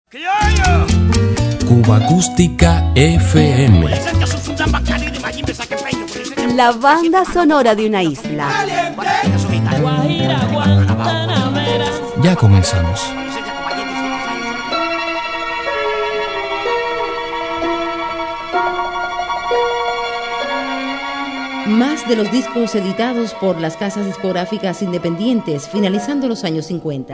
Cuba Acústica FM. La banda sonora de una isla. Ya comenzamos. Más de los discos editados por las casas discográficas independientes finalizando los años 50.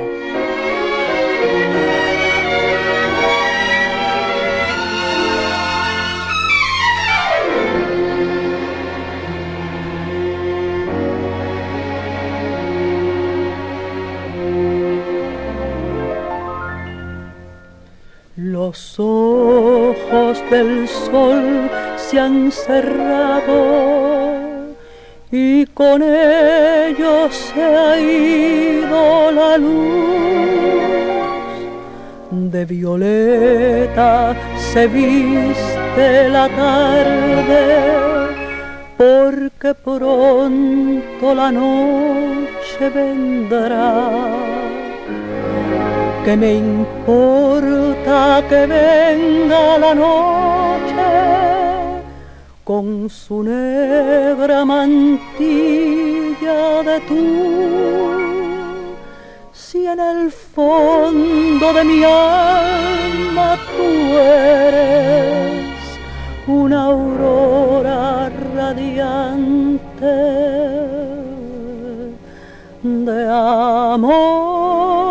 Los ojos del sol se han cerrado y con ellos se ha ido la luz. De violeta se viste la tarde porque pronto la noche vendrá. ¿Qué me importa que venga la noche con su negra mantilla de tul? Si en el fondo de mi alma tú eres una aurora radiante de amor.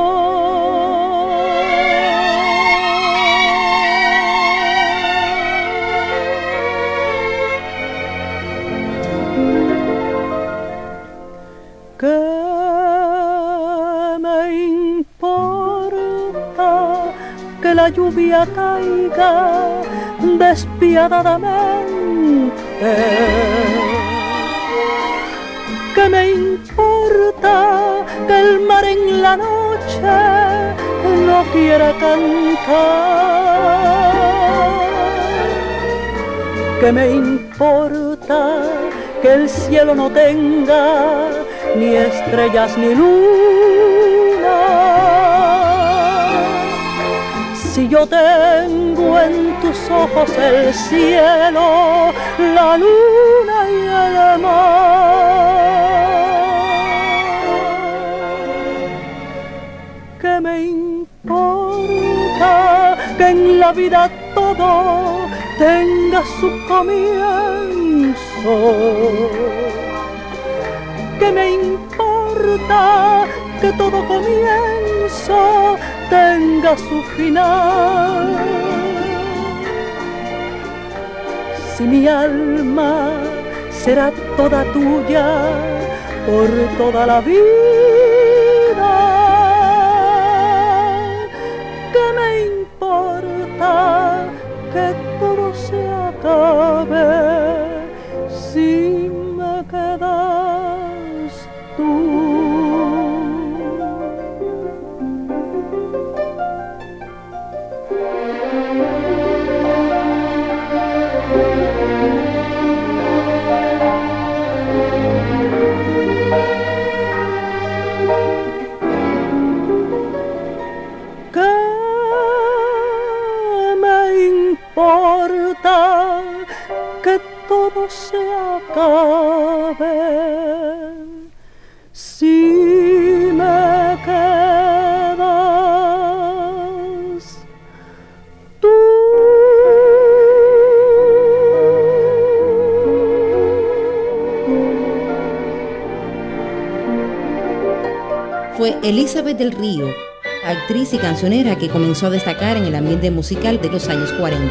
La lluvia caiga despiadadamente. ¿Qué me importa que el mar en la noche no quiera cantar? ¿Qué me importa que el cielo no tenga ni estrellas ni luna? Si yo tengo en tus ojos el cielo, la luna y el mar, ¿qué me importa que en la vida todo tenga su comienzo? ¿Qué me importa que todo comienzo tenga su final? Si mi alma será toda tuya por toda la vida, ¿qué me importa que todo se acabe si me quedas tú? Que todo se acabe si me quedas tú. Fue Elizabeth del Río, actriz y cancionera que comenzó a destacar en el ambiente musical de los años 40.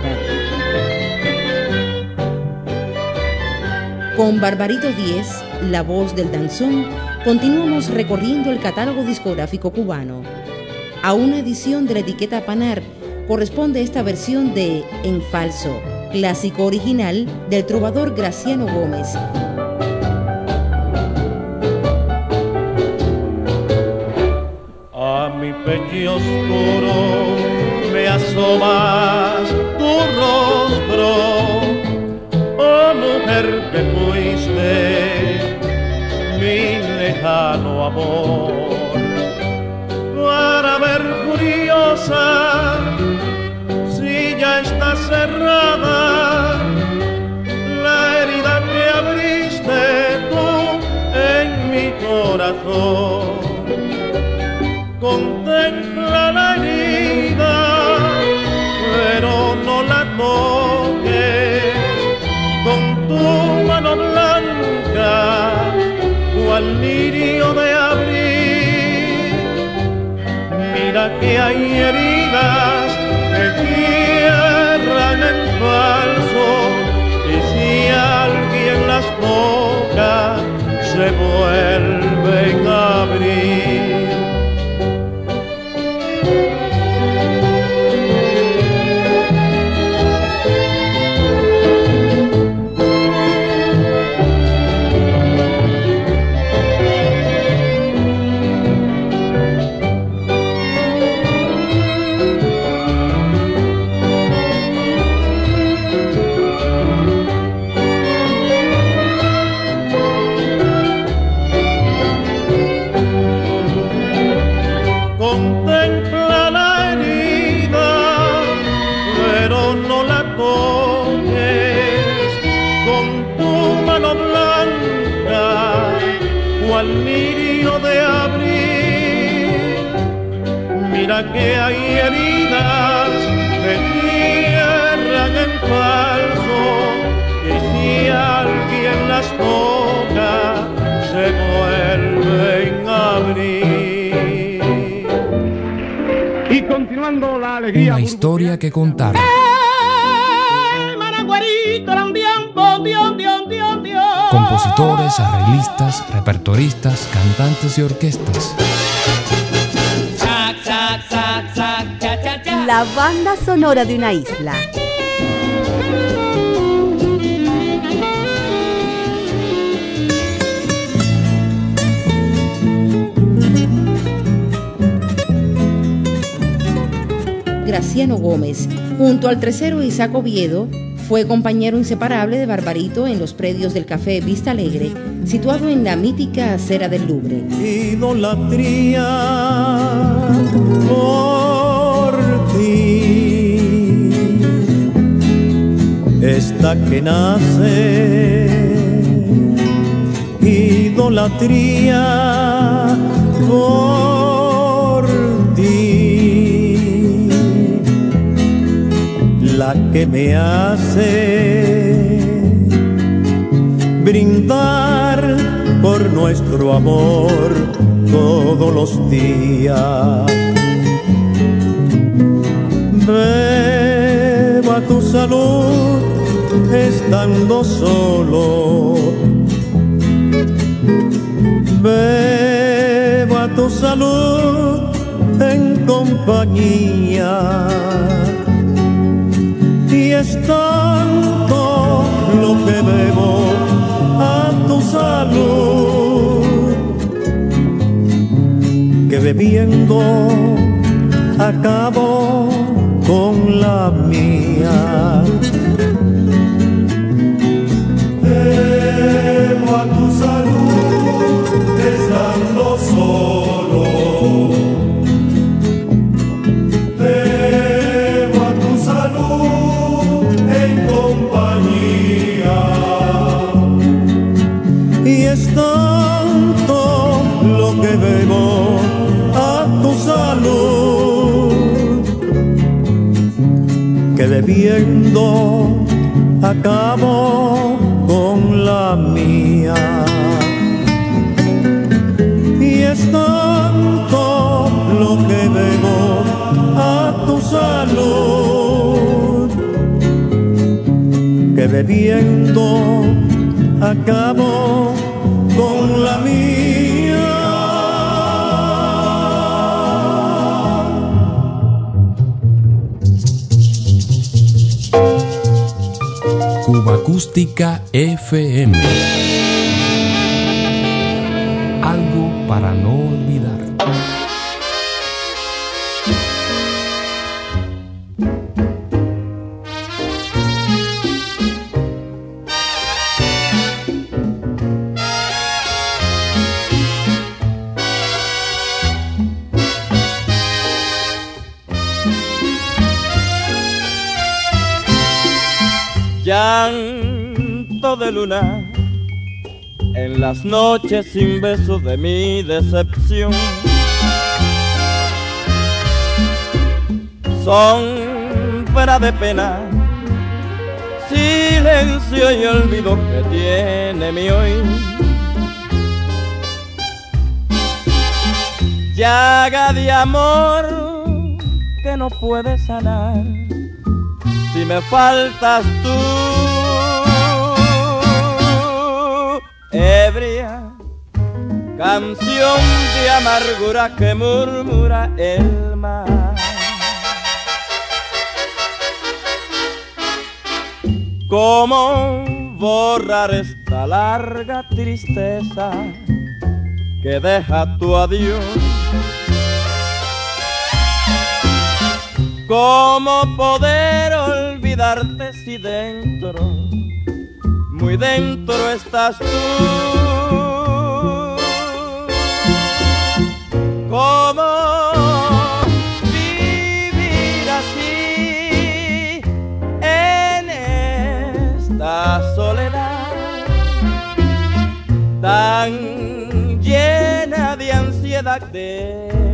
Con Barbarito Díez, la voz del danzón, continuamos recorriendo el catálogo discográfico cubano. A una edición de la etiqueta Panar corresponde esta versión de En Falso, clásico original del trovador Graciano Gómez. A mi pecho oscuro me asomas tu rostro, oh mujer que fuiste mi lejano amor, para ver curiosa corazón. Contempla la herida, pero no la toques con tu mano blanca, cual lirio de abril. Mira que hay heridas que cierran en falso, y si alguien las toca, se vuelven a abrir. Contempla la herida, pero no la toques con tu mano blanca, cual lirio de abril. Mira que hay heridas que cierran en falso, y si alguien las toca, se vuelven a abrir. Y continuando la alegría. Una historia que contar. Compositores, arreglistas, repertoristas, cantantes y orquestas. La banda sonora de una isla. Graciano Gómez, junto al tercero Isaac Oviedo, fue compañero inseparable de Barbarito en los predios del Café Vista Alegre, situado en la mítica acera del Louvre. Idolatría por ti, esta que nace, idolatría por ti, la que me hace brindar por nuestro amor todos los días. Bebo a tu salud estando solo, bebo a tu salud en compañía, y es tanto lo que bebo a tu salud, que bebiendo acabo con la mía. Bebo a tu salud estando solo, bebo a tu salud en compañía, y es tanto lo que bebo a tu salud, que bebiendo acabo con la mía. Y es tanto lo que bebo a tu salud, que bebiendo acabo con la mía. Cuba Acústica FM. Algo para no olvidar. Llanto de luna en las noches sin besos de mi decepción. Sombra de pena, silencio y olvido que tiene mi hoy. Llaga de amor que no puede sanar si me faltas tú. Ebria canción de amargura que murmura el mar. ¿Cómo borrar esta larga tristeza que deja tu adiós? ¿Cómo poder olvidarte si dentro, muy dentro estás tú? ¿Cómo vivir así en esta soledad tan llena de ansiedad de ti?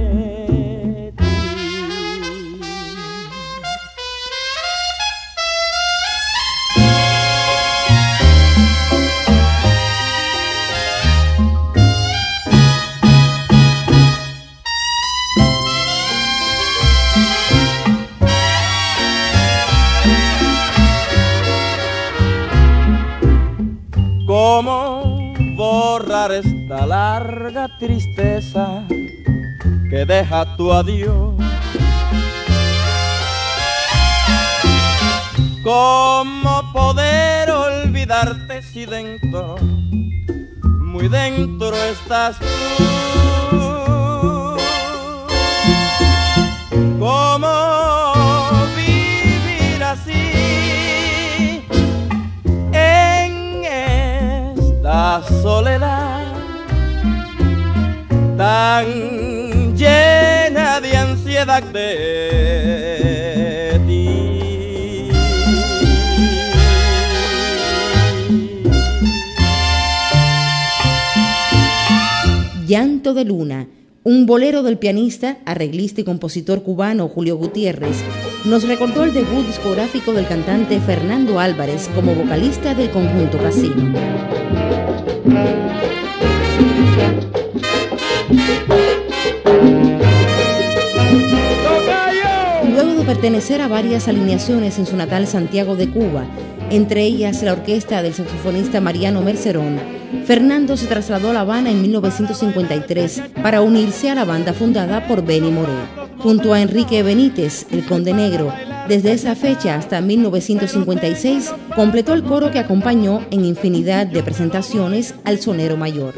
¿Cómo borrar esta larga tristeza que deja tu adiós? ¿Cómo poder olvidarte si dentro, muy dentro estás tú? ¿Cómo vivir así en esta soledad tan llena de ansiedad de ti? Llanto de Luna, un bolero del pianista, arreglista y compositor cubano Julio Gutiérrez, nos recordó el debut discográfico del cantante Fernando Álvarez como vocalista del conjunto Casino. Luego de pertenecer a varias alineaciones en su natal Santiago de Cuba, entre ellas la orquesta del saxofonista Mariano Mercerón, Fernando se trasladó a La Habana en 1953 para unirse a la banda fundada por Benny Moré. Junto a Enrique Benítez, el Conde Negro, desde esa fecha hasta 1956, completó el coro que acompañó en infinidad de presentaciones al sonero mayor.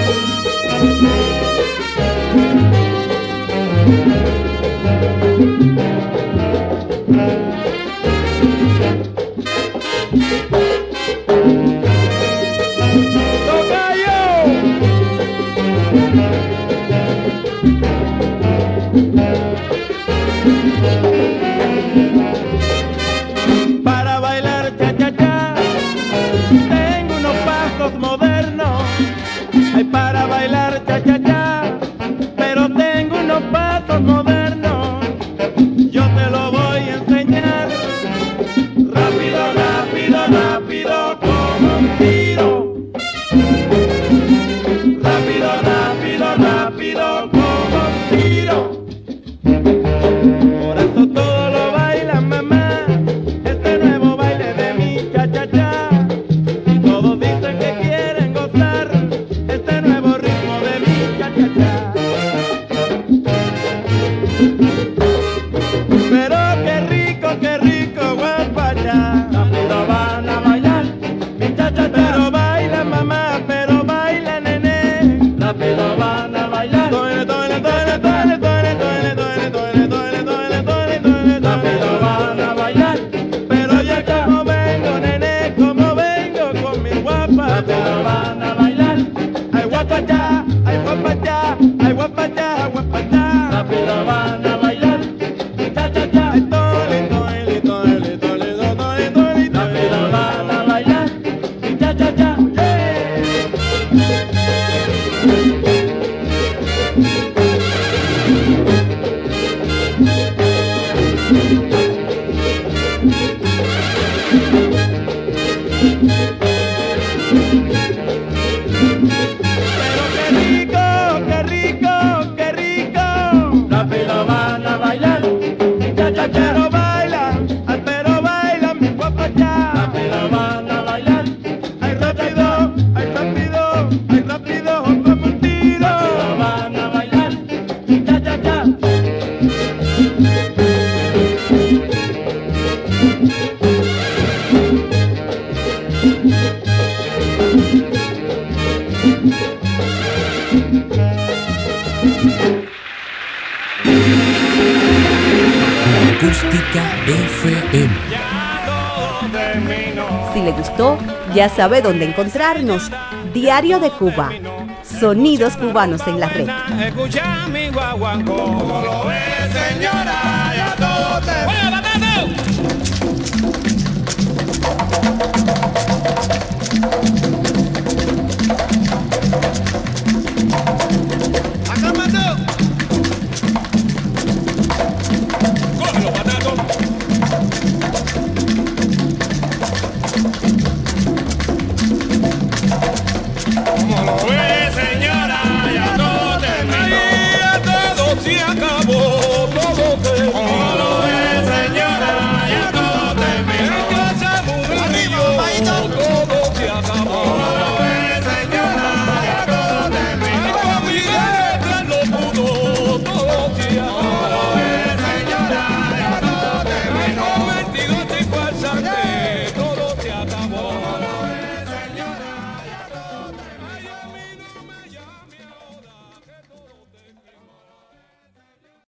Para bailar cha-cha-cha tengo unos pasos modernos. Ay, para bailar cha-cha-cha, pero tengo unos pasos modernos. Yo te lo voy a enseñar. Rápido, rápido, rápido, como un tiro. Rápido, rápido, rápido, como un tiro. Por eso todo lo bailan, mamá, este nuevo baile de mi cha-cha-cha. Y todos dicen que quieren gozar este nuevo ritmo de mi cha-cha-cha. Pero qué rico, guapacha. Rápido van a bailar mi cha-cha-cha. Pero baila mamá, pero baila nené. Rápido van a bailar. Toile, toile, toile, toile, toile, toile, toile, toile, toile, toile, toile, toile. Rápido van a bailar. Pero ya como vengo, nené, como vengo con mi guapa. Rápido van a bailar. Ay guapacha, ay guapacha, ay guapacha, guapacha. Rápido van a bailar. Cha-cha-cha. Ay toile, toile, toile, toile, toile, toile. Rápido van a bailar. Cha-cha-cha. Yeah. FM. Si le gustó, ya sabe dónde encontrarnos. Diario de Cuba. Sonidos cubanos en la red. Escucha mi guaguancó, como lo ves, señora, ya todo te